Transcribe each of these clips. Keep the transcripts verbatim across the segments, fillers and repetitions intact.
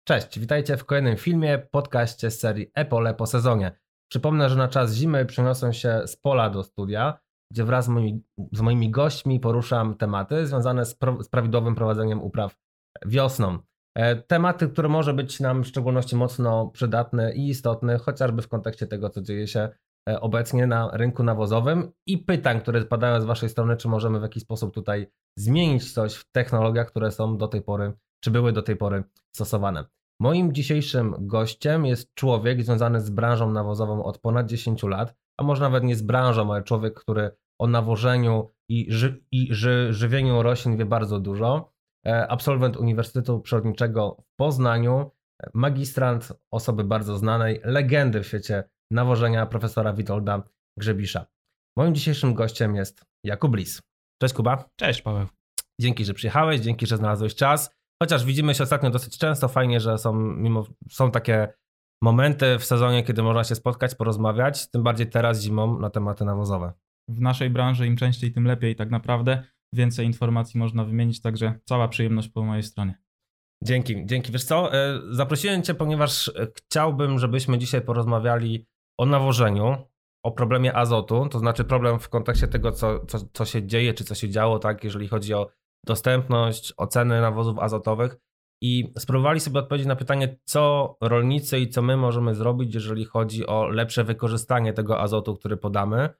Cześć, witajcie w kolejnym filmie, podcaście z serii E-Pole po sezonie. Przypomnę, że na czas zimy przeniosłem się z pola do studia, gdzie wraz z moimi, z moimi gośćmi poruszam tematy związane z, pro, z prawidłowym prowadzeniem upraw wiosną. E, tematy, które może być nam w szczególności mocno przydatne i istotne, chociażby w kontekście tego, co dzieje się obecnie na rynku nawozowym i pytań, które padają z waszej strony, czy możemy w jakiś sposób tutaj zmienić coś w technologiach, które są do tej pory, czy były do tej pory stosowane. Moim dzisiejszym gościem jest człowiek związany z branżą nawozową od ponad dziesięć lat, a może nawet nie z branżą, ale człowiek, który o nawożeniu i, ży, i ży, żywieniu roślin wie bardzo dużo. Absolwent Uniwersytetu Przyrodniczego w Poznaniu, magistrant osoby bardzo znanej, legendy w świecie nawożenia profesora Witolda Grzebisza. Moim dzisiejszym gościem jest Jakub Lis. Cześć Kuba. Cześć Paweł. Dzięki, że przyjechałeś, dzięki, że znalazłeś czas. Chociaż widzimy się ostatnio dosyć często, fajnie, że są, mimo, są takie momenty w sezonie, kiedy można się spotkać, porozmawiać, tym bardziej teraz zimą na tematy nawozowe. W naszej branży im częściej, tym lepiej tak naprawdę. Więcej informacji można wymienić, także cała przyjemność po mojej stronie. Dzięki, dzięki. Wiesz co, zaprosiłem Cię, ponieważ chciałbym, żebyśmy dzisiaj porozmawiali o nawożeniu, o problemie azotu, to znaczy problem w kontekście tego, co, co, co się dzieje, czy co się działo, tak, jeżeli chodzi o dostępność, oceny nawozów azotowych i spróbowali sobie odpowiedzieć na pytanie, co rolnicy i co my możemy zrobić, jeżeli chodzi o lepsze wykorzystanie tego azotu, który podamy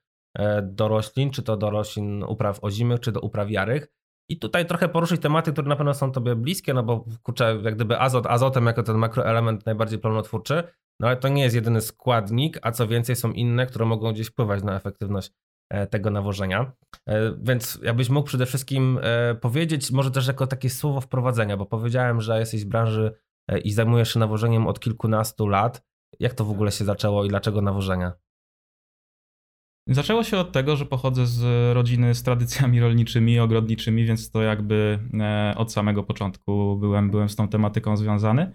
do roślin, czy to do roślin upraw ozimych, czy do upraw jarych. I tutaj trochę poruszyć tematy, które na pewno są Tobie bliskie, no bo kurczę, jak gdyby azot azotem jako ten makroelement najbardziej pełnotwórczy, no ale to nie jest jedyny składnik, a co więcej są inne, które mogą gdzieś wpływać na efektywność tego nawożenia. Więc jakbyś mógł przede wszystkim powiedzieć, może też jako takie słowo wprowadzenia, bo powiedziałem, że jesteś w branży i zajmujesz się nawożeniem od kilkunastu lat. Jak to w ogóle się zaczęło i dlaczego nawożenia? Zaczęło się od tego, że pochodzę z rodziny z tradycjami rolniczymi, ogrodniczymi, więc to jakby od samego początku byłem, byłem z tą tematyką związany.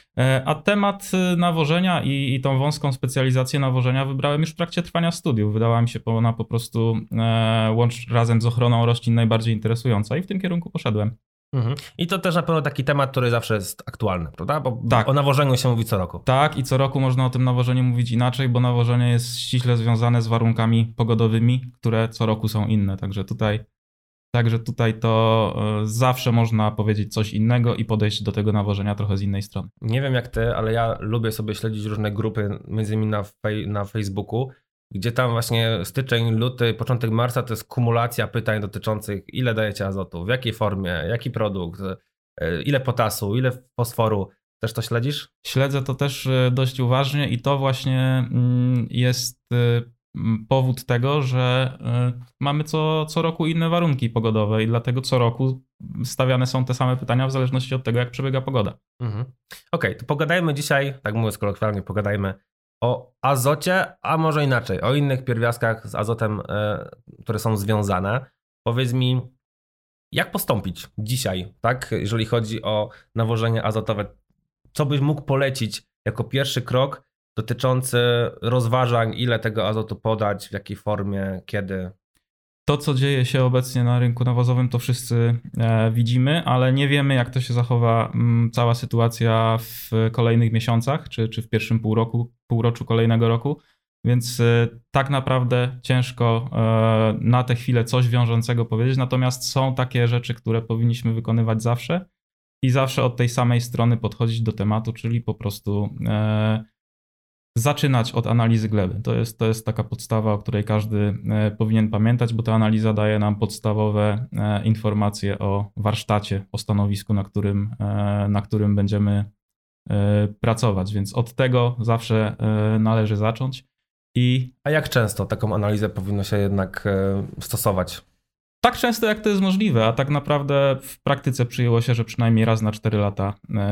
A temat nawożenia i, i tą wąską specjalizację nawożenia wybrałem już w trakcie trwania studiów. Wydała mi się ona po prostu e, łącz razem z ochroną roślin najbardziej interesująca i w tym kierunku poszedłem. Mhm. I to też na pewno taki temat, który zawsze jest aktualny, prawda? Bo tak. O nawożeniu się mówi co roku. Tak, i co roku można o tym nawożeniu mówić inaczej, bo nawożenie jest ściśle związane z warunkami pogodowymi, które co roku są inne. Także tutaj, także tutaj to zawsze można powiedzieć coś innego i podejść do tego nawożenia trochę z innej strony. Nie wiem jak ty, ale ja lubię sobie śledzić różne grupy, między innymi na, fej, na Facebooku, gdzie tam właśnie styczeń, luty, początek marca to jest kumulacja pytań dotyczących ile dajecie azotu, w jakiej formie, jaki produkt, ile potasu, ile fosforu. Też to śledzisz? Śledzę to też dość uważnie i to właśnie jest powód tego, że mamy co, co roku inne warunki pogodowe i dlatego co roku stawiane są te same pytania w zależności od tego, jak przebiega pogoda. Mhm. Okej, okay, to pogadajmy dzisiaj, tak mówiąc kolokwialnie, pogadajmy o azocie, a może inaczej, o innych pierwiastkach z azotem, które są związane. Powiedz mi, jak postąpić dzisiaj, tak, jeżeli chodzi o nawożenie azotowe? Co byś mógł polecić jako pierwszy krok dotyczący rozważań, ile tego azotu podać, w jakiej formie, kiedy? To, co dzieje się obecnie na rynku nawozowym, to wszyscy e, widzimy, ale nie wiemy, jak to się zachowa m, cała sytuacja w kolejnych miesiącach, czy, czy w pierwszym półroku, półroczu kolejnego roku, więc e, tak naprawdę ciężko e, na tę chwilę coś wiążącego powiedzieć, natomiast są takie rzeczy, które powinniśmy wykonywać zawsze i zawsze od tej samej strony podchodzić do tematu, czyli po prostu e, zaczynać od analizy gleby. To jest, to jest taka podstawa, o której każdy powinien pamiętać, bo ta analiza daje nam podstawowe informacje o warsztacie, o stanowisku, na którym, na którym będziemy pracować. Więc od tego zawsze należy zacząć. I A jak często taką analizę powinno się jednak stosować? Tak często, jak to jest możliwe, a tak naprawdę w praktyce przyjęło się, że przynajmniej raz na cztery lata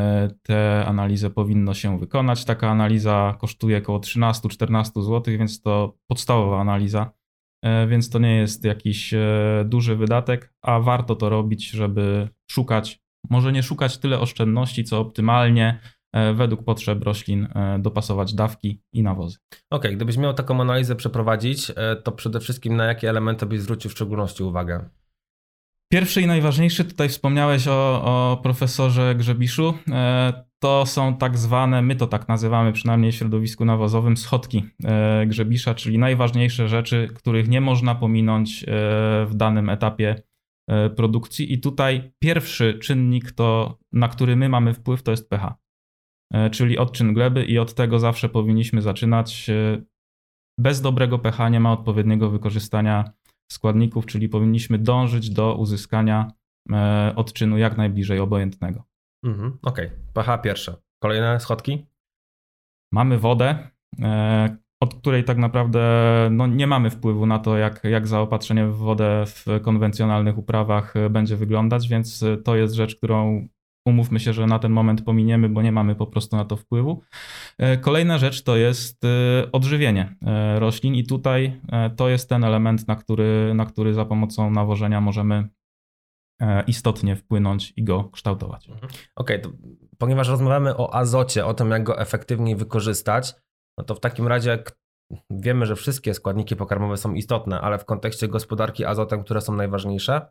tę analizę powinno się wykonać. Taka analiza kosztuje około trzynaście do czternastu złotych, więc to podstawowa analiza, więc to nie jest jakiś duży wydatek, a warto to robić, żeby szukać, może nie szukać tyle oszczędności, co optymalnie według potrzeb roślin dopasować dawki i nawozy. Okej, okay, gdybyś miał taką analizę przeprowadzić, to przede wszystkim na jakie elementy byś zwrócił w szczególności uwagę? Pierwszy i najważniejszy, tutaj wspomniałeś o, o profesorze Grzebiszu. to są tak zwane, my to tak nazywamy przynajmniej w środowisku nawozowym, schodki Grzebisza, czyli najważniejsze rzeczy, których nie można pominąć w danym etapie produkcji. I tutaj pierwszy czynnik, to, na który my mamy wpływ, to jest pH, czyli odczyn gleby i od tego zawsze powinniśmy zaczynać. Bez dobrego pH nie ma odpowiedniego wykorzystania składników, czyli powinniśmy dążyć do uzyskania odczynu jak najbliżej obojętnego. Mhm, okej, okay. pH pierwsze. Kolejne schodki? Mamy wodę, od której tak naprawdę no, nie mamy wpływu na to, jak, jak zaopatrzenie w wodę w konwencjonalnych uprawach będzie wyglądać, więc to jest rzecz, którą umówmy się, że na ten moment pominiemy, bo nie mamy po prostu na to wpływu. Kolejna rzecz to jest odżywienie roślin i tutaj to jest ten element, na który, na który za pomocą nawożenia możemy istotnie wpłynąć i go kształtować. Okej, okay, ponieważ rozmawiamy o azocie, o tym, jak go efektywniej wykorzystać, no to w takim razie wiemy, że wszystkie składniki pokarmowe są istotne, ale w kontekście gospodarki azotem, które są najważniejsze?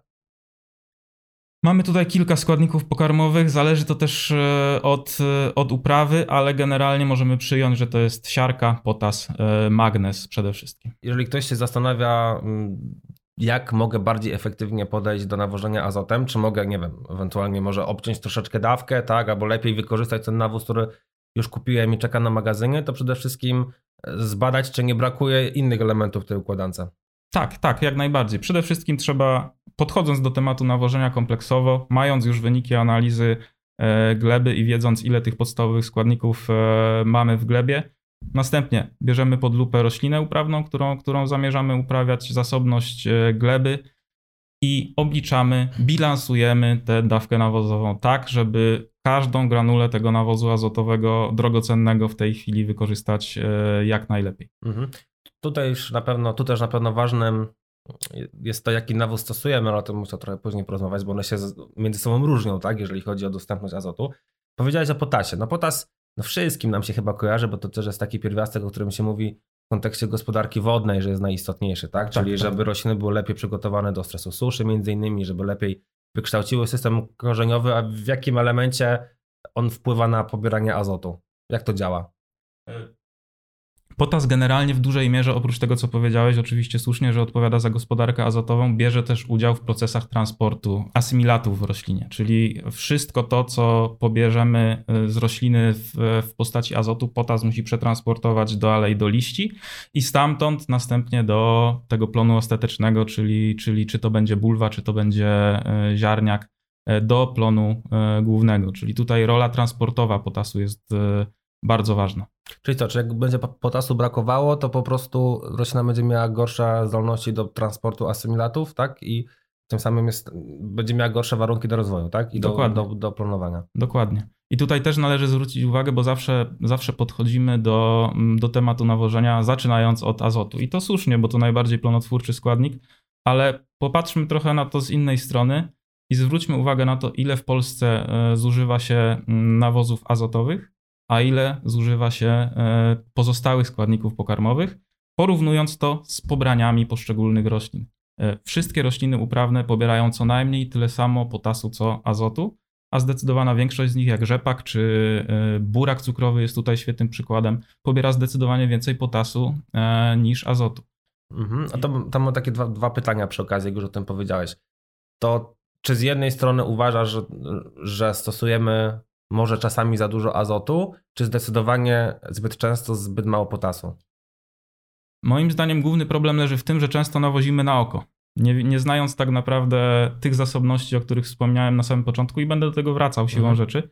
Mamy tutaj kilka składników pokarmowych, zależy to też od, od uprawy, ale generalnie możemy przyjąć, że to jest siarka, potas, magnez przede wszystkim. Jeżeli ktoś się zastanawia, jak mogę bardziej efektywnie podejść do nawożenia azotem, czy mogę, nie wiem, ewentualnie może obciąć troszeczkę dawkę, tak, albo lepiej wykorzystać ten nawóz, który już kupiłem i czeka na magazynie, to przede wszystkim zbadać, czy nie brakuje innych elementów w tej układance. Tak, tak, jak najbardziej. Przede wszystkim trzeba, podchodząc do tematu nawożenia kompleksowo, mając już wyniki analizy gleby i wiedząc, ile tych podstawowych składników mamy w glebie, następnie bierzemy pod lupę roślinę uprawną, którą, którą zamierzamy uprawiać, zasobność gleby i obliczamy, bilansujemy tę dawkę nawozową tak, żeby każdą granulę tego nawozu azotowego drogocennego w tej chwili wykorzystać jak najlepiej. Mhm. Tutaj już na pewno, tu też na pewno ważnym jest to, jaki nawóz stosujemy, ale o tym muszę trochę później porozmawiać, bo one się między sobą różnią, tak, jeżeli chodzi o dostępność azotu. Powiedziałeś o potasie. No potas no wszystkim nam się chyba kojarzy, bo to też jest taki pierwiastek, o którym się mówi w kontekście gospodarki wodnej, że jest najistotniejszy, tak? Czyli tak, żeby tak. rośliny były lepiej przygotowane do stresu suszy między innymi, żeby lepiej wykształciły system korzeniowy, a w jakim elemencie on wpływa na pobieranie azotu? Jak to działa? Potas generalnie w dużej mierze, oprócz tego co powiedziałeś, oczywiście słusznie, że odpowiada za gospodarkę azotową, bierze też udział w procesach transportu asymilatów w roślinie, czyli wszystko to, co pobierzemy z rośliny w, w postaci azotu, potas musi przetransportować dalej do liści i stamtąd następnie do tego plonu ostatecznego, czyli, czyli czy to będzie bulwa, czy to będzie ziarniak, do plonu głównego, czyli tutaj rola transportowa potasu jest bardzo ważna. Czyli co, czy jak będzie potasu brakowało, to po prostu roślina będzie miała gorsze zdolności do transportu asymilatów, tak? I tym samym jest, będzie miała gorsze warunki do rozwoju, tak? I do, do, do planowania. Dokładnie. I tutaj też należy zwrócić uwagę, bo zawsze, zawsze podchodzimy do, do tematu nawożenia zaczynając od azotu. I to słusznie, bo to najbardziej plonotwórczy składnik, ale popatrzmy trochę na to z innej strony i zwróćmy uwagę na to, ile w Polsce zużywa się nawozów azotowych, a ile zużywa się pozostałych składników pokarmowych, porównując to z pobraniami poszczególnych roślin. Wszystkie rośliny uprawne pobierają co najmniej tyle samo potasu co azotu, a zdecydowana większość z nich, jak rzepak czy burak cukrowy jest tutaj świetnym przykładem, pobiera zdecydowanie więcej potasu niż azotu. Mhm. A to, tam mam takie dwa, dwa pytania przy okazji, jak już o tym powiedziałeś. To czy z jednej strony uważasz, że, że stosujemy może czasami za dużo azotu, czy zdecydowanie zbyt często zbyt mało potasu? Moim zdaniem główny problem leży w tym, że często nawozimy na oko, nie, nie znając tak naprawdę tych zasobności, o których wspomniałem na samym początku i będę do tego wracał siłą mhm. rzeczy.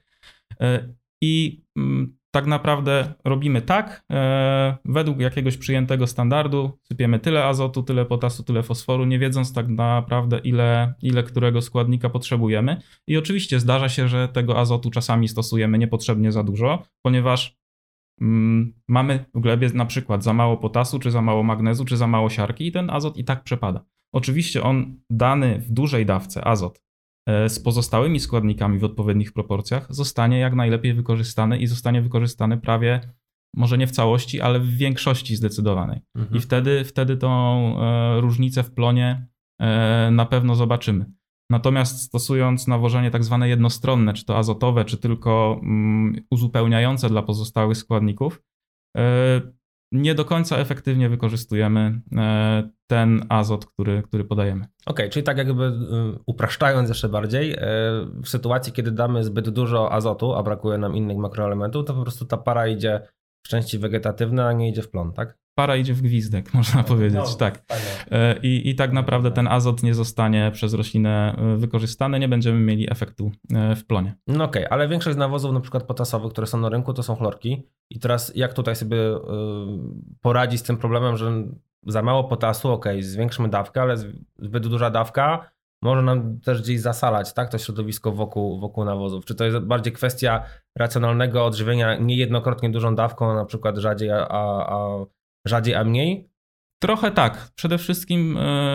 I tak naprawdę robimy tak, według jakiegoś przyjętego standardu, sypiemy tyle azotu, tyle potasu, tyle fosforu, nie wiedząc tak naprawdę ile, ile którego składnika potrzebujemy. I oczywiście zdarza się, że tego azotu czasami stosujemy niepotrzebnie za dużo, ponieważ mm, mamy w glebie na przykład za mało potasu, czy za mało magnezu, czy za mało siarki i ten azot i tak przepada. Oczywiście on dany w dużej dawce, azot, z pozostałymi składnikami w odpowiednich proporcjach zostanie jak najlepiej wykorzystany i zostanie wykorzystany prawie, może nie w całości, ale w większości zdecydowanej. Mhm. I wtedy, wtedy tą e, różnicę w plonie e, na pewno zobaczymy. Natomiast stosując nawożenie tak zwane jednostronne, czy to azotowe, czy tylko um, uzupełniające dla pozostałych składników, yy, nie do końca efektywnie wykorzystujemy yy, ten azot, który, który podajemy. Okej, okay, czyli tak jakby y, upraszczając jeszcze bardziej, y, w sytuacji, kiedy damy zbyt dużo azotu, a brakuje nam innych makroelementów, to po prostu ta para idzie w części wegetatywne, a nie idzie w plon, tak? Para idzie w gwizdek, można powiedzieć, no, tak. I, I tak naprawdę ten azot nie zostanie przez roślinę wykorzystany, nie będziemy mieli efektu w plonie. No okej, okay, ale większość nawozów na przykład potasowych, które są na rynku, to są chlorki. I teraz jak tutaj sobie poradzić z tym problemem, że za mało potasu, okej, okay, zwiększmy dawkę, ale zbyt duża dawka może nam też gdzieś zasalać, tak, to środowisko wokół, wokół nawozów. Czy to jest bardziej kwestia racjonalnego odżywienia niejednokrotnie dużą dawką, na przykład rzadziej, a, a rzadziej, a mniej? Trochę tak. Przede wszystkim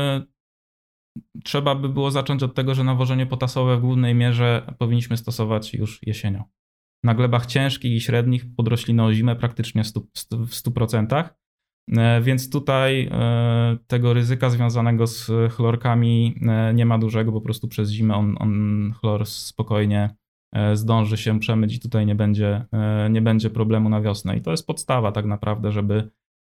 yy, trzeba by było zacząć od tego, że nawożenie potasowe w głównej mierze powinniśmy stosować już jesienią. Na glebach ciężkich i średnich pod roślinę ozimę praktycznie w stu procentach. Więc tutaj tego ryzyka związanego z chlorkami nie ma dużego, po prostu przez zimę on, on chlor spokojnie zdąży się przemyć i tutaj nie będzie, nie będzie problemu na wiosnę. I to jest podstawa tak naprawdę, żeby,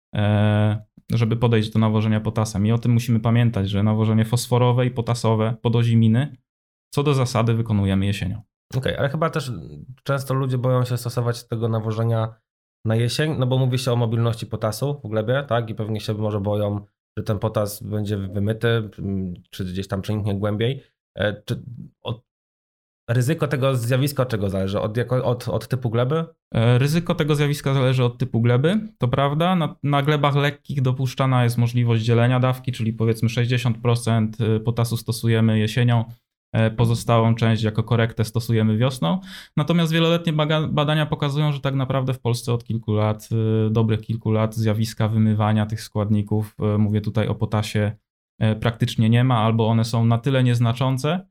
żeby podejść do nawożenia potasem. I o tym musimy pamiętać, że nawożenie fosforowe i potasowe pod oziminy co do zasady wykonujemy jesienią. Okej, okay, ale chyba też często ludzie boją się stosować tego nawożenia na jesień, no bo mówi się o mobilności potasu w glebie, tak? I pewnie się może boją, że ten potas będzie wymyty, czy gdzieś tam przeniknie głębiej. Czy od, ryzyko tego zjawiska od czego zależy? Od, jako, od, od typu gleby? Ryzyko tego zjawiska zależy od typu gleby, to prawda. Na, na glebach lekkich dopuszczana jest możliwość dzielenia dawki, czyli powiedzmy sześćdziesiąt procent potasu stosujemy jesienią, pozostałą część jako korektę stosujemy wiosną. Natomiast wieloletnie badania pokazują, że tak naprawdę w Polsce od kilku lat, dobrych kilku lat zjawiska wymywania tych składników, mówię tutaj o potasie, praktycznie nie ma, albo one są na tyle nieznaczące,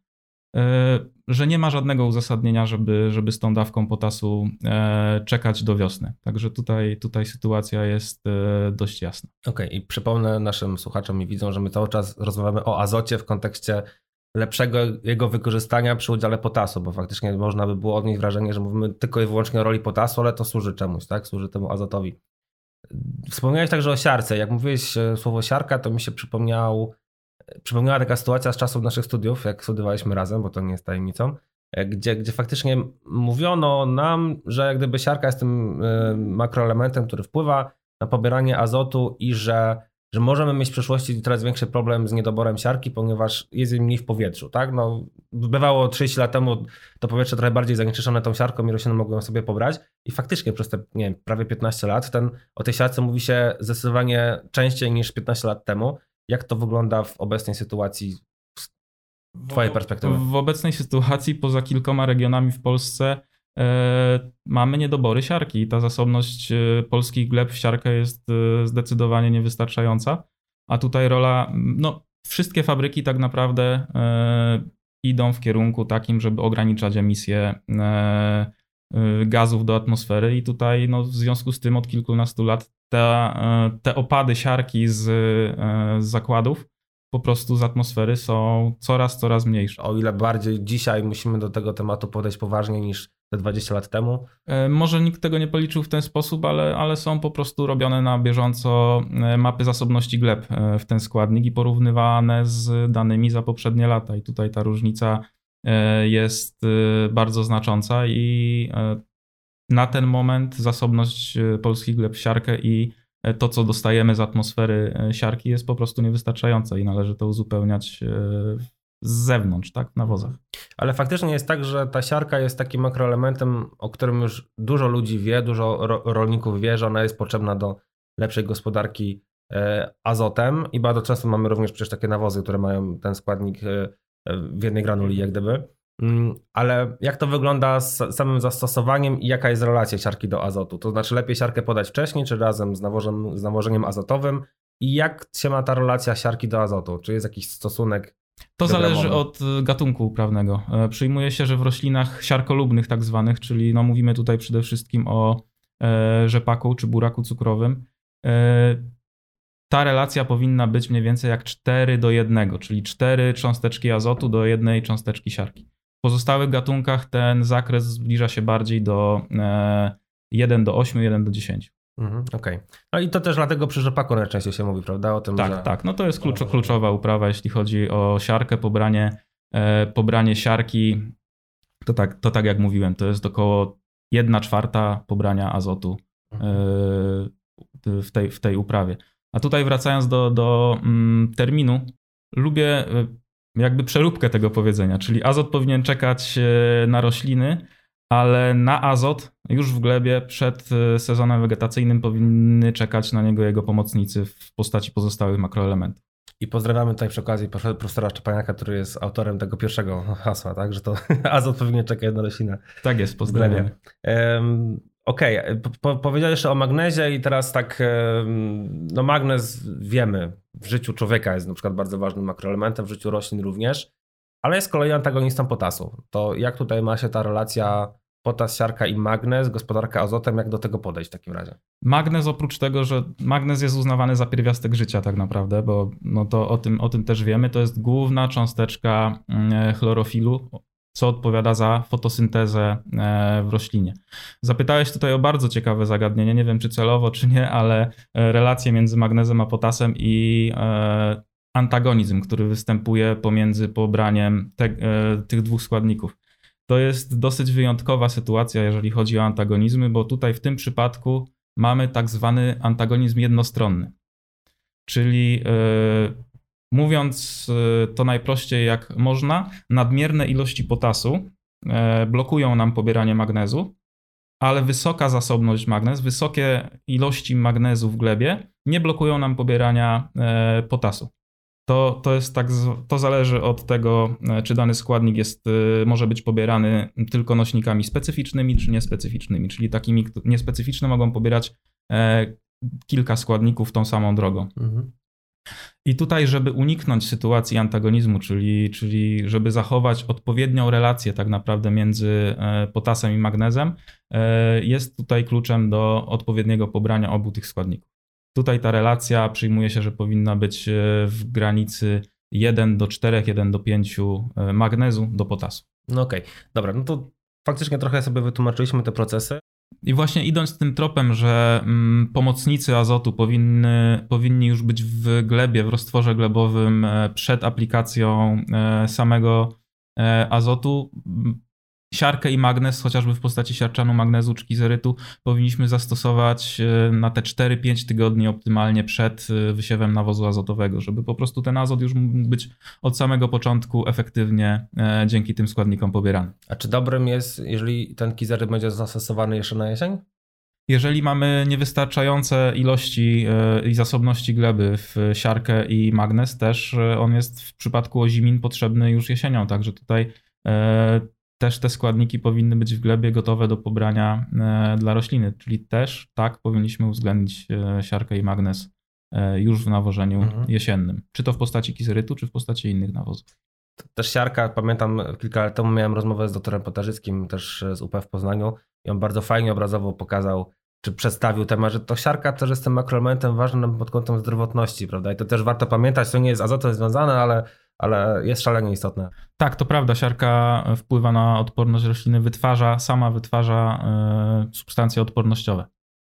że nie ma żadnego uzasadnienia, żeby, żeby z tą dawką potasu czekać do wiosny. Także tutaj, tutaj sytuacja jest dość jasna. Okej, okay, i przypomnę naszym słuchaczom i widzom, że my cały czas rozmawiamy o azocie w kontekście lepszego jego wykorzystania przy udziale potasu, bo faktycznie można by było odnieść wrażenie, że mówimy tylko i wyłącznie o roli potasu, ale to służy czemuś, tak? Służy temu azotowi. Wspomniałeś także o siarce. Jak mówiłeś słowo siarka, to mi się przypomniał, przypomniała taka sytuacja z czasów naszych studiów, jak studiowaliśmy razem, bo to nie jest tajemnicą, gdzie, gdzie faktycznie mówiono nam, że jak gdyby siarka jest tym makroelementem, który wpływa na pobieranie azotu i że że możemy mieć w przyszłości coraz większy problem z niedoborem siarki, ponieważ jest jej mniej w powietrzu, tak? No, bywało trzydzieści lat temu to powietrze trochę bardziej zanieczyszczone tą siarką i rośliny mogły ją sobie pobrać i faktycznie przez te, nie wiem, prawie piętnaście lat ten, o tej siarce mówi się zdecydowanie częściej niż piętnaście lat temu. Jak to wygląda w obecnej sytuacji z twojej perspektywy? W obecnej sytuacji poza kilkoma regionami w Polsce e, mamy niedobory siarki i ta zasobność polskich gleb w siarkę jest zdecydowanie niewystarczająca, a tutaj rola, no wszystkie fabryki tak naprawdę e, idą w kierunku takim, żeby ograniczać emisję e, gazów do atmosfery i tutaj no, w związku z tym od kilkunastu lat te, te opady siarki z, z zakładów po prostu z atmosfery są coraz, coraz mniejsze. O ile bardziej dzisiaj musimy do tego tematu podejść poważnie niż te dwadzieścia lat temu? Może nikt tego nie policzył w ten sposób, ale, ale są po prostu robione na bieżąco mapy zasobności gleb w ten składnik i porównywane z danymi za poprzednie lata. I tutaj ta różnica jest bardzo znacząca i na ten moment zasobność polskich gleb w siarkę i to, co dostajemy z atmosfery siarki jest po prostu niewystarczające i należy to uzupełniać z zewnątrz, tak, w nawozach. Ale faktycznie jest tak, że ta siarka jest takim makroelementem, o którym już dużo ludzi wie, dużo ro- rolników wie, że ona jest potrzebna do lepszej gospodarki e, azotem i bardzo często mamy również przecież takie nawozy, które mają ten składnik e, w jednej granuli jak gdyby. Mm, ale jak to wygląda z samym zastosowaniem i jaka jest relacja siarki do azotu? To znaczy lepiej siarkę podać wcześniej, czy razem z, nawożem, z nawożeniem azotowym? I jak się ma ta relacja siarki do azotu? Czy jest jakiś stosunek? To zależy od gatunku uprawnego. Przyjmuje się, że w roślinach siarkolubnych tak zwanych, czyli no mówimy tutaj przede wszystkim o rzepaku czy buraku cukrowym, ta relacja powinna być mniej więcej jak cztery do jednego, czyli cztery cząsteczki azotu do jednej cząsteczki siarki. W pozostałych gatunkach ten zakres zbliża się bardziej do jeden do ośmiu, jeden do dziesięciu. Mhm, okej. Okay. No i to też dlatego przy rzepaku najczęściej się mówi, prawda? O tym, tak, że... tak. No to jest klucz, kluczowa uprawa, jeśli chodzi o siarkę, pobranie, e, pobranie siarki. To tak, to tak jak mówiłem, to jest około jedna czwarta pobrania azotu e, w, tej, w tej uprawie. A tutaj wracając do, do mm, terminu, lubię jakby przeróbkę tego powiedzenia, czyli azot powinien czekać na rośliny, ale na azot już w glebie przed sezonem wegetacyjnym powinny czekać na niego jego pomocnicy w postaci pozostałych makroelementów. I pozdrawiamy tutaj przy okazji profesora Szczepaniaka, który jest autorem tego pierwszego hasła, tak, że to azot powinien czekać na roślinę. Tak jest, pozdrawiamy. Um, Okej, okay. po, powiedziałeś jeszcze o magnezie i teraz tak, no magnez wiemy, w życiu człowieka jest na przykład bardzo ważnym makroelementem, w życiu roślin również, ale jest z kolei antagonistą potasu. To jak tutaj ma się ta relacja potas, siarka i magnez, gospodarka azotem, jak do tego podejść w takim razie? Magnez oprócz tego, że magnez jest uznawany za pierwiastek życia tak naprawdę, bo no to o tym, o tym też wiemy, to jest główna cząsteczka chlorofilu, co odpowiada za fotosyntezę w roślinie. Zapytałeś tutaj o bardzo ciekawe zagadnienie, nie wiem czy celowo, czy nie, ale relacje między magnezem a potasem i antagonizm, który występuje pomiędzy pobraniem te, tych dwóch składników. To jest dosyć wyjątkowa sytuacja, jeżeli chodzi o antagonizmy, bo tutaj w tym przypadku mamy tak zwany antagonizm jednostronny. Czyli yy, mówiąc yy, to najprościej jak można, nadmierne ilości potasu yy, blokują nam pobieranie magnezu, ale wysoka zasobność magnez, wysokie ilości magnezu w glebie nie blokują nam pobierania yy, potasu. To, to, jest tak, to zależy od tego, czy dany składnik jest, może być pobierany tylko nośnikami specyficznymi, czy niespecyficznymi. Czyli takimi niespecyficzne mogą pobierać e, kilka składników tą samą drogą. Mhm. I tutaj, żeby uniknąć sytuacji antagonizmu, czyli, czyli żeby zachować odpowiednią relację tak naprawdę między potasem i magnezem, e, jest tutaj kluczem do odpowiedniego pobrania obu tych składników. Tutaj ta relacja przyjmuje się, że powinna być w granicy jeden do czterech, jeden do pięciu magnezu do potasu. No okej, okay. Dobra, no to faktycznie trochę sobie wytłumaczyliśmy te procesy. I właśnie idąc tym tropem, że mm, pomocnicy azotu powinny, powinni już być w glebie, w roztworze glebowym przed aplikacją samego azotu, siarkę i magnez, chociażby w postaci siarczanu magnezu czy kizerytu, powinniśmy zastosować na te cztery pięć tygodni optymalnie przed wysiewem nawozu azotowego, żeby po prostu ten azot już mógł być od samego początku efektywnie dzięki tym składnikom pobierany. A czy dobrym jest, jeżeli ten kizeryt będzie zastosowany jeszcze na jesień? Jeżeli mamy niewystarczające ilości i zasobności gleby w siarkę i magnez, też on jest w przypadku ozimin potrzebny już jesienią, także tutaj też te składniki powinny być w glebie gotowe do pobrania dla rośliny, czyli też tak powinniśmy uwzględnić siarkę i magnez już w nawożeniu mhm. jesiennym. Czy to w postaci kizerytu, czy w postaci innych nawozów. Też siarka, pamiętam kilka lat temu miałem rozmowę z doktorem Potarzyckim też z U P w Poznaniu i on bardzo fajnie obrazowo pokazał, czy przedstawił temat, że to siarka też jest tym makroelementem ważnym pod kątem zdrowotności, prawda? I to też warto pamiętać, to nie jest z azotem związane, ale ale jest szalenie istotne. Tak, to prawda. Siarka wpływa na odporność rośliny, wytwarza, sama wytwarza y, substancje odpornościowe.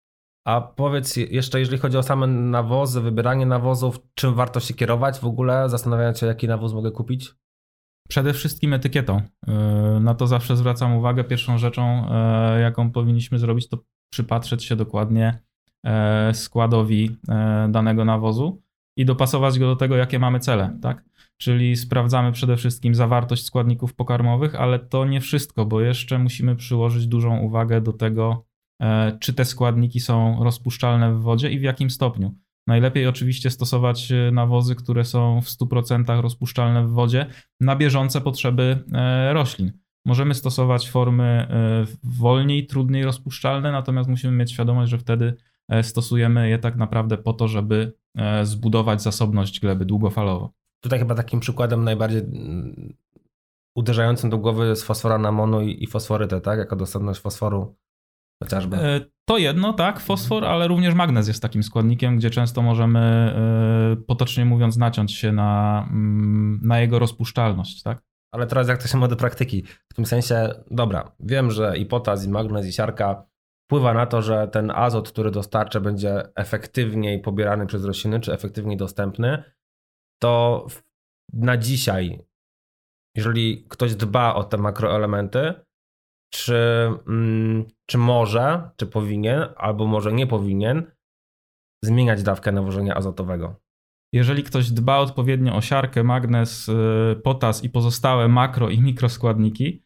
A powiedz jeszcze, jeżeli chodzi o same nawozy, wybieranie nawozów, czym warto się kierować w ogóle, zastanawiając się, jaki nawóz mogę kupić? Przede wszystkim etykietą. Y, na to zawsze zwracam uwagę. Pierwszą rzeczą, y, jaką powinniśmy zrobić, to przypatrzeć się dokładnie y, składowi y, danego nawozu i dopasować go do tego, jakie mamy cele, tak? Czyli sprawdzamy przede wszystkim zawartość składników pokarmowych, ale to nie wszystko, bo jeszcze musimy przyłożyć dużą uwagę do tego, czy te składniki są rozpuszczalne w wodzie i w jakim stopniu. Najlepiej oczywiście stosować nawozy, które są w stu procentach rozpuszczalne w wodzie na bieżące potrzeby roślin. Możemy stosować formy wolniej, trudniej rozpuszczalne, natomiast musimy mieć świadomość, że wtedy stosujemy je tak naprawdę po to, żeby zbudować zasobność gleby długofalowo. Tutaj chyba takim przykładem najbardziej uderzającym do głowy jest fosfora na amonu i fosforytę, tak? Jako dostępność fosforu chociażby. To jedno, tak, fosfor, ale również magnez jest takim składnikiem, gdzie często możemy, potocznie mówiąc, naciąć się na, na jego rozpuszczalność, tak? Ale teraz jak to się ma do praktyki? W tym sensie, dobra, wiem, że i potas, i magnez, i siarka wpływa na to, że ten azot, który dostarczę, będzie efektywniej pobierany przez rośliny, czy efektywniej dostępny. To na dzisiaj, jeżeli ktoś dba o te makroelementy, czy, mm, czy może, czy powinien, albo może nie powinien zmieniać dawkę nawożenia azotowego? Jeżeli ktoś dba odpowiednio o siarkę, magnez, potas i pozostałe makro i mikroskładniki,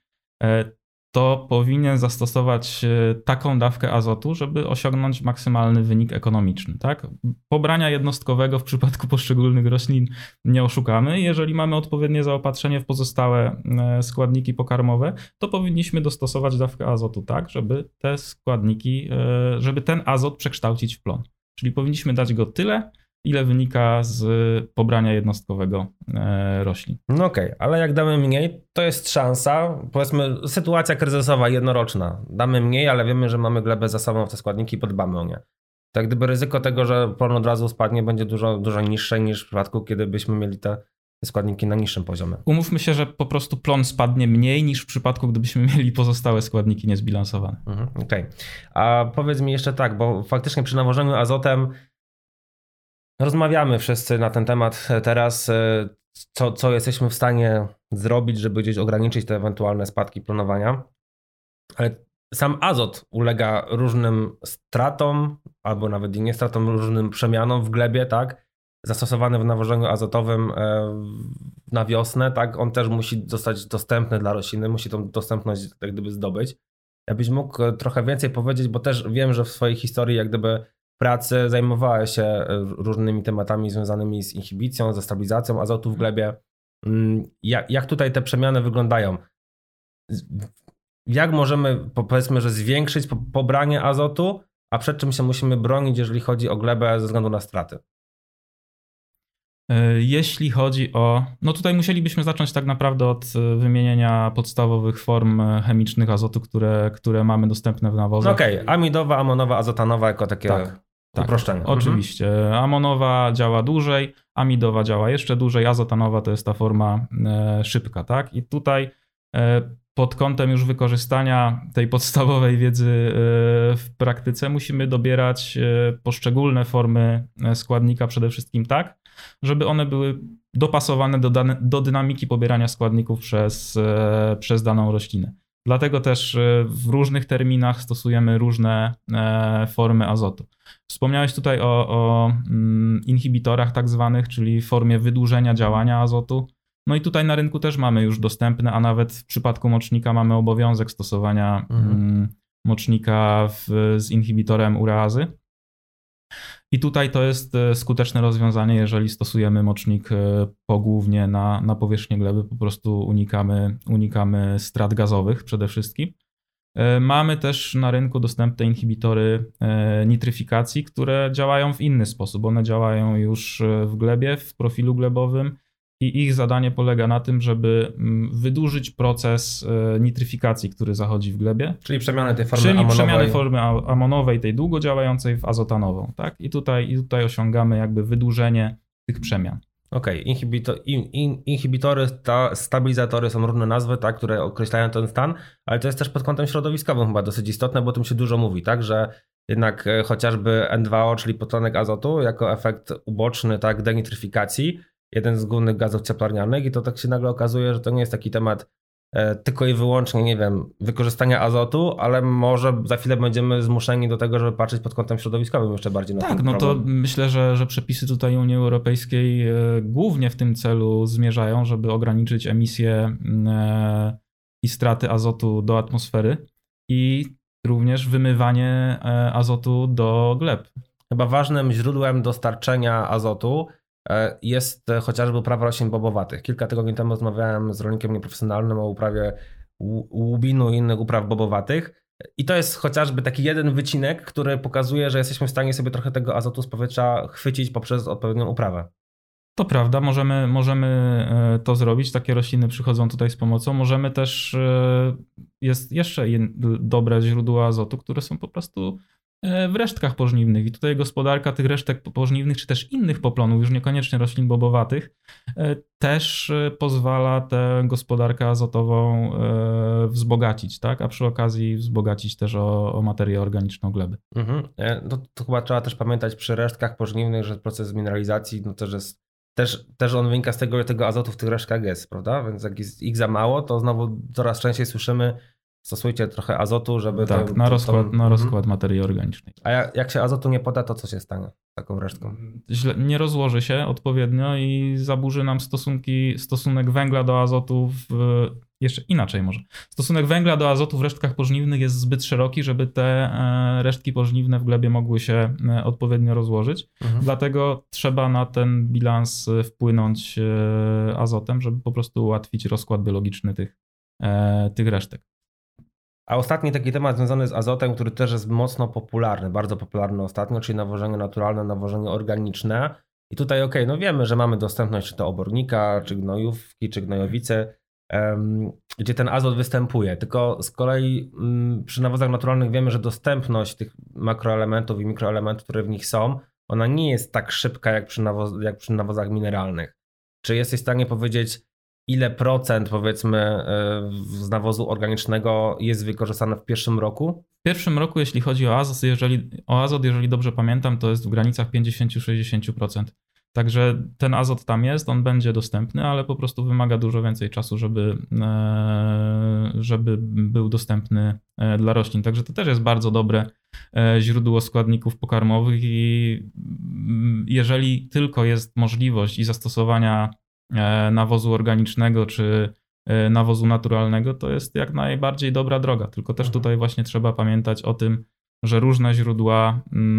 to powinien zastosować taką dawkę azotu, żeby osiągnąć maksymalny wynik ekonomiczny. Tak? Pobrania jednostkowego w przypadku poszczególnych roślin nie oszukamy. Jeżeli mamy odpowiednie zaopatrzenie w pozostałe składniki pokarmowe, to powinniśmy dostosować dawkę azotu tak, żeby te składniki, żeby ten azot przekształcić w plon. Czyli powinniśmy dać go tyle, ile wynika z pobrania jednostkowego roślin. No okej, okay, ale jak damy mniej, to jest szansa, powiedzmy sytuacja kryzysowa jednoroczna. Damy mniej, ale wiemy, że mamy glebę zasobną w te składniki i podbamy o nie. To jak gdyby ryzyko tego, że plon od razu spadnie, będzie dużo, dużo niższe niż w przypadku, kiedy byśmy mieli te składniki na niższym poziomie. Umówmy się, że po prostu plon spadnie mniej niż w przypadku, gdybyśmy mieli pozostałe składniki niezbilansowane. Mhm, okej. Okay. A powiedz mi jeszcze tak, bo faktycznie przy nawożeniu azotem rozmawiamy wszyscy na ten temat teraz, co, co jesteśmy w stanie zrobić, żeby gdzieś ograniczyć te ewentualne spadki planowania. Ale sam azot ulega różnym stratom, albo nawet i nie stratom, różnym przemianom w glebie, tak? Zastosowany w nawożeniu azotowym na wiosnę, tak? On też musi zostać dostępny dla rośliny, musi tą dostępność jak gdyby zdobyć. Jakbyś mógł trochę więcej powiedzieć, bo też wiem, że w swojej historii jak gdyby pracy zajmowała się różnymi tematami związanymi z inhibicją, ze stabilizacją azotu w glebie. Jak, jak tutaj te przemiany wyglądają? Jak możemy, powiedzmy, że zwiększyć pobranie azotu, a przed czym się musimy bronić, jeżeli chodzi o glebę ze względu na straty? Jeśli chodzi o... No tutaj musielibyśmy zacząć tak naprawdę od wymienienia podstawowych form chemicznych azotu, które, które mamy dostępne w nawozach. Okej, okay. Amidowa, amonowa, azotanowa jako takie tak, uproszczenie. Tak, oczywiście. Mhm. Amonowa działa dłużej, amidowa działa jeszcze dłużej, azotanowa to jest ta forma e, szybka, tak? I tutaj e, pod kątem już wykorzystania tej podstawowej wiedzy e, w praktyce musimy dobierać e, poszczególne formy składnika przede wszystkim tak, żeby one były dopasowane do, dane, do dynamiki pobierania składników przez, e, przez daną roślinę. Dlatego też w różnych terminach stosujemy różne e, formy azotu. Wspomniałeś tutaj o, o mm, inhibitorach tak zwanych, czyli formie wydłużenia działania azotu. No i tutaj na rynku też mamy już dostępne, a nawet w przypadku mocznika mamy obowiązek stosowania mhm. mm, mocznika w, z inhibitorem ureazy. I tutaj to jest skuteczne rozwiązanie, jeżeli stosujemy mocznik pogłównie na, na powierzchnię gleby, po prostu unikamy, unikamy strat gazowych przede wszystkim. Mamy też na rynku dostępne inhibitory nitryfikacji, które działają w inny sposób. One działają już w glebie, w profilu glebowym i ich zadanie polega na tym, żeby wydłużyć proces nitryfikacji, który zachodzi w glebie. Czyli przemianę tej formy Czyli amonowej. przemianę formy amonowej, tej długo działającej w azotanową. Tak? I, tutaj, I tutaj osiągamy jakby wydłużenie tych przemian. Okej, okay. Inhibitor, in, in, inhibitory, ta, stabilizatory są różne nazwy, tak, które określają ten stan, ale to jest też pod kątem środowiskowym chyba dosyć istotne, bo o tym się dużo mówi, tak, że jednak chociażby N dwa O, czyli dwutlenek azotu, jako efekt uboczny tak, denitryfikacji, jeden z głównych gazów cieplarnianych i to tak się nagle okazuje, że to nie jest taki temat e, tylko i wyłącznie, nie wiem, wykorzystania azotu, ale może za chwilę będziemy zmuszeni do tego, żeby patrzeć pod kątem środowiskowym jeszcze bardziej na tak, ten no problem. To myślę, że, że przepisy tutaj Unii Europejskiej e, głównie w tym celu zmierzają, żeby ograniczyć emisję e, i straty azotu do atmosfery i również wymywanie e, azotu do gleb. Chyba ważnym źródłem dostarczenia azotu jest chociażby uprawa roślin bobowatych. Kilka tygodni temu rozmawiałem z rolnikiem nieprofesjonalnym o uprawie łubinu i innych upraw bobowatych i to jest chociażby taki jeden wycinek, który pokazuje, że jesteśmy w stanie sobie trochę tego azotu z powietrza chwycić poprzez odpowiednią uprawę. To prawda, możemy, możemy to zrobić. Takie rośliny przychodzą tutaj z pomocą. Możemy też, jest jeszcze dobre źródła azotu, które są po prostu w resztkach pożniwnych. I tutaj gospodarka tych resztek pożniwnych, czy też innych poplonów, już niekoniecznie roślin bobowatych, też pozwala tę gospodarkę azotową wzbogacić, tak? A przy okazji wzbogacić też o, o materię organiczną gleby. Mhm. No, to chyba trzeba też pamiętać przy resztkach pożniwnych, że proces mineralizacji no też jest Też, też on wynika z tego, że tego azotu w tych resztkach jest, prawda? Więc jak jest ich za mało, to znowu coraz częściej słyszymy, stosujcie trochę azotu, żeby... Tak, to, na, rozkład, to... na rozkład mhm. materii organicznej. A jak, jak się azotu nie poda, to co się stanie z taką resztką? Źle, nie rozłoży się odpowiednio i zaburzy nam stosunki, stosunek węgla do azotu w... Jeszcze inaczej może. Stosunek węgla do azotu w resztkach pożniwnych jest zbyt szeroki, żeby te resztki pożniwne w glebie mogły się odpowiednio rozłożyć. Mhm. Dlatego trzeba na ten bilans wpłynąć azotem, żeby po prostu ułatwić rozkład biologiczny tych, tych resztek. A ostatni taki temat związany z azotem, który też jest mocno popularny, bardzo popularny ostatnio, czyli nawożenie naturalne, nawożenie organiczne. I tutaj okej, okay, no wiemy, że mamy dostępność czy to obornika, czy gnojówki, czy gnojowicy, gdzie ten azot występuje. Tylko z kolei przy nawozach naturalnych wiemy, że dostępność tych makroelementów i mikroelementów, które w nich są, ona nie jest tak szybka jak przy, nawoz, jak przy nawozach mineralnych. Czy jesteś w stanie powiedzieć, ile procent powiedzmy z nawozu organicznego jest wykorzystane w pierwszym roku? W pierwszym roku, jeśli chodzi o azot, jeżeli, o azot, jeżeli dobrze pamiętam, to jest w granicach pięćdziesiąt do sześćdziesięciu procent. Także ten azot tam jest, on będzie dostępny, ale po prostu wymaga dużo więcej czasu, żeby, żeby był dostępny dla roślin. Także to też jest bardzo dobre źródło składników pokarmowych i jeżeli tylko jest możliwość i zastosowania nawozu organicznego czy nawozu naturalnego, to jest jak najbardziej dobra droga. Tylko też tutaj właśnie trzeba pamiętać o tym, że różne źródła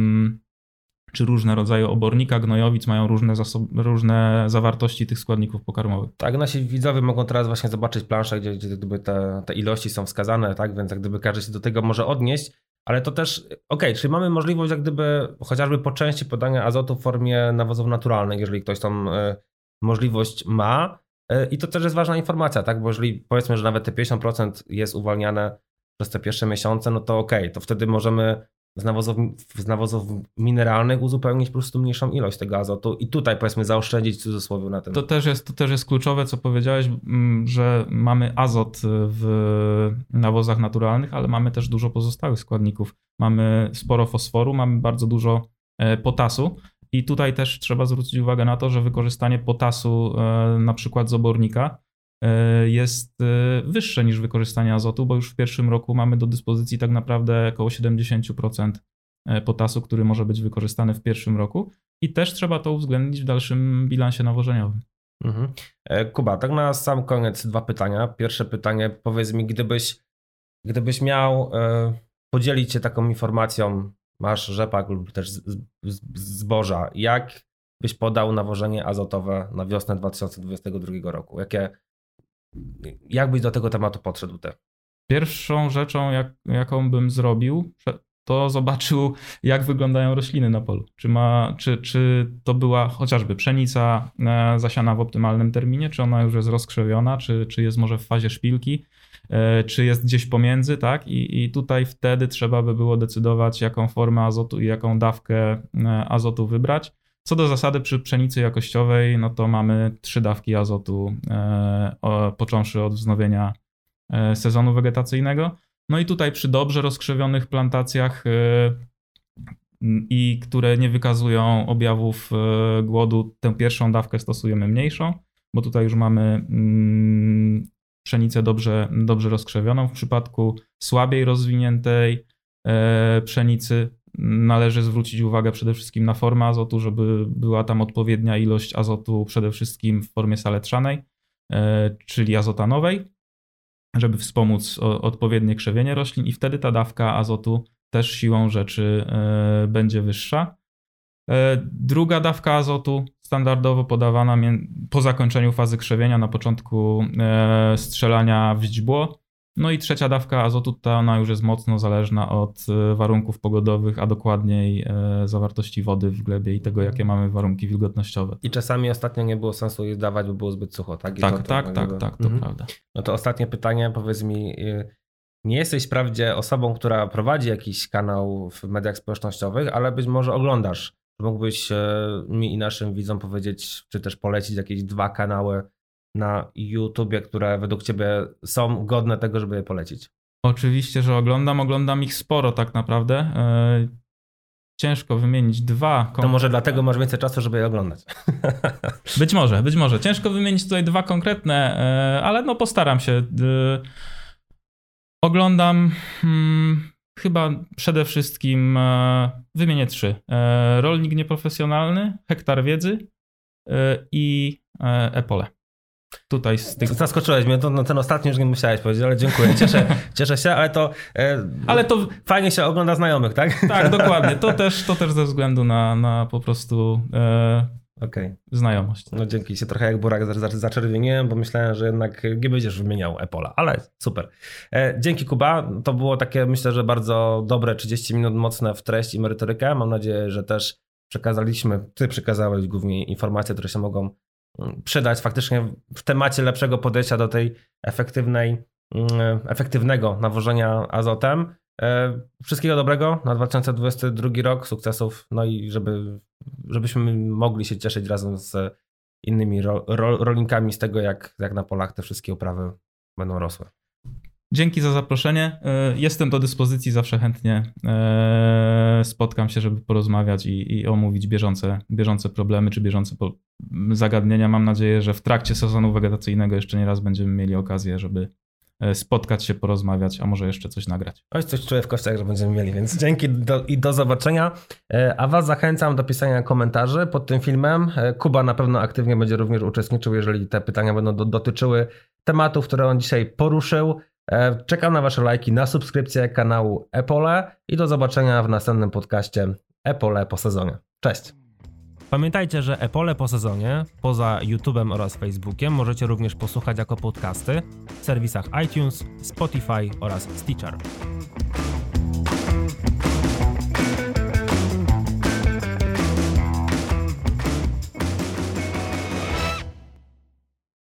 czy różne rodzaje obornika, gnojowic mają różne, zasob- różne zawartości tych składników pokarmowych. Tak, nasi widzowie mogą teraz właśnie zobaczyć planszę, gdzie, gdzie gdyby te, te ilości są wskazane, tak, więc jak gdyby każdy się do tego może odnieść, ale to też, okej, okay, czyli mamy możliwość jak gdyby chociażby po części podania azotu w formie nawozów naturalnych, jeżeli ktoś tą y, możliwość ma y, i to też jest ważna informacja, tak, bo jeżeli powiedzmy, że nawet te pięćdziesiąt procent jest uwalniane przez te pierwsze miesiące, no to okej, okay, to wtedy możemy z nawozów, z nawozów mineralnych uzupełnić po prostu mniejszą ilość tego azotu i tutaj powiedzmy zaoszczędzić w cudzysłowie na tym. To też jest, to też jest kluczowe, co powiedziałeś, że mamy azot w nawozach naturalnych, ale mamy też dużo pozostałych składników. Mamy sporo fosforu, mamy bardzo dużo potasu i tutaj też trzeba zwrócić uwagę na to, że wykorzystanie potasu na przykład z obornika jest wyższe niż wykorzystanie azotu, bo już w pierwszym roku mamy do dyspozycji tak naprawdę około siedemdziesiąt procent potasu, który może być wykorzystany w pierwszym roku i też trzeba to uwzględnić w dalszym bilansie nawożeniowym. Mhm. Kuba, tak na sam koniec dwa pytania. Pierwsze pytanie, powiedz mi, gdybyś, gdybyś miał podzielić się taką informacją, masz rzepak lub też zboża, jak byś podał nawożenie azotowe na wiosnę dwa tysiące dwudziestego drugiego roku? Jakie Jak byś do tego tematu podszedł ty? Pierwszą rzeczą, jak, jaką bym zrobił, to zobaczył, jak wyglądają rośliny na polu. Czy, ma, czy, czy to była chociażby pszenica zasiana w optymalnym terminie, czy ona już jest rozkrzewiona, czy, czy jest może w fazie szpilki, czy jest gdzieś pomiędzy, tak? I, i tutaj wtedy trzeba by było decydować, jaką formę azotu i jaką dawkę azotu wybrać. Co do zasady przy pszenicy jakościowej, no to mamy trzy dawki azotu, e, o, począwszy od wznowienia e, sezonu wegetacyjnego. No i tutaj przy dobrze rozkrzewionych plantacjach e, i które nie wykazują objawów e, głodu, tę pierwszą dawkę stosujemy mniejszą, bo tutaj już mamy mm, pszenicę dobrze, dobrze rozkrzewioną. W przypadku słabiej rozwiniętej e, pszenicy należy zwrócić uwagę przede wszystkim na formę azotu, żeby była tam odpowiednia ilość azotu przede wszystkim w formie saletrzanej, czyli azotanowej, żeby wspomóc odpowiednie krzewienie roślin i wtedy ta dawka azotu też siłą rzeczy będzie wyższa. Druga dawka azotu standardowo podawana po zakończeniu fazy krzewienia na początku strzelania w źdźbło. No i trzecia dawka azotu, ta ona już jest mocno zależna od warunków pogodowych, a dokładniej zawartości wody w glebie i tego, jakie mamy warunki wilgotnościowe. I czasami ostatnio nie było sensu jej dawać, bo było zbyt sucho, tak? I tak, to, to tak, tak, było... tak, to mhm. prawda. No to ostatnie pytanie, powiedz mi, nie jesteś wprawdzie osobą, która prowadzi jakiś kanał w mediach społecznościowych, ale być może oglądasz. Mógłbyś mi i naszym widzom powiedzieć, czy też polecić jakieś dwa kanały na YouTubie, które według ciebie są godne tego, żeby je polecić? Oczywiście, że oglądam. Oglądam ich sporo tak naprawdę. Ciężko wymienić dwa. To może dlatego masz więcej czasu, żeby je oglądać. Być może, być może. Ciężko wymienić tutaj dwa konkretne, ale no postaram się. Oglądam hmm, chyba przede wszystkim, wymienię trzy. Rolnik Nieprofesjonalny, Hektar Wiedzy i Epole. Tutaj z tych... Zaskoczyłeś mnie, to no, ten ostatni już nie musiałeś powiedzieć, ale dziękuję, cieszę, cieszę się, ale to, e, ale to fajnie się ogląda znajomych, tak? Tak, dokładnie, to też, to też ze względu na, na po prostu e, okay. znajomość. No dzięki, się trochę jak burak zaczerwieniłem, bo myślałem, że jednak nie będziesz wymieniał Epola, ale super. E, dzięki Kuba, to było takie myślę, że bardzo dobre trzydzieści minut mocne w treść i merytorykę, mam nadzieję, że też przekazaliśmy, ty przekazałeś głównie informacje, które się mogą przydać faktycznie w temacie lepszego podejścia do tej efektywnej, efektywnego nawożenia azotem. Wszystkiego dobrego na dwa tysiące dwudziesty drugi rok, sukcesów, no i żeby, żebyśmy mogli się cieszyć razem z innymi ro, ro, rolnikami z tego, jak, jak na polach te wszystkie uprawy będą rosły. Dzięki za zaproszenie. Jestem do dyspozycji, zawsze chętnie spotkam się, żeby porozmawiać i, i omówić bieżące, bieżące problemy czy bieżące zagadnienia. Mam nadzieję, że w trakcie sezonu wegetacyjnego jeszcze nie raz będziemy mieli okazję, żeby spotkać się, porozmawiać, a może jeszcze coś nagrać. Oj, coś czuję w kościach, że będziemy mieli, więc dzięki do, i do zobaczenia. A was zachęcam do pisania komentarzy pod tym filmem. Kuba na pewno aktywnie będzie również uczestniczył, jeżeli te pytania będą do, dotyczyły tematów, które on dzisiaj poruszył. Czekam na wasze lajki, na subskrypcję kanału Epole i do zobaczenia w następnym podcaście Epole po sezonie. Cześć! Pamiętajcie, że Epole po sezonie, poza YouTube'em oraz Facebookiem, możecie również posłuchać jako podcasty w serwisach iTunes, Spotify oraz Stitcher.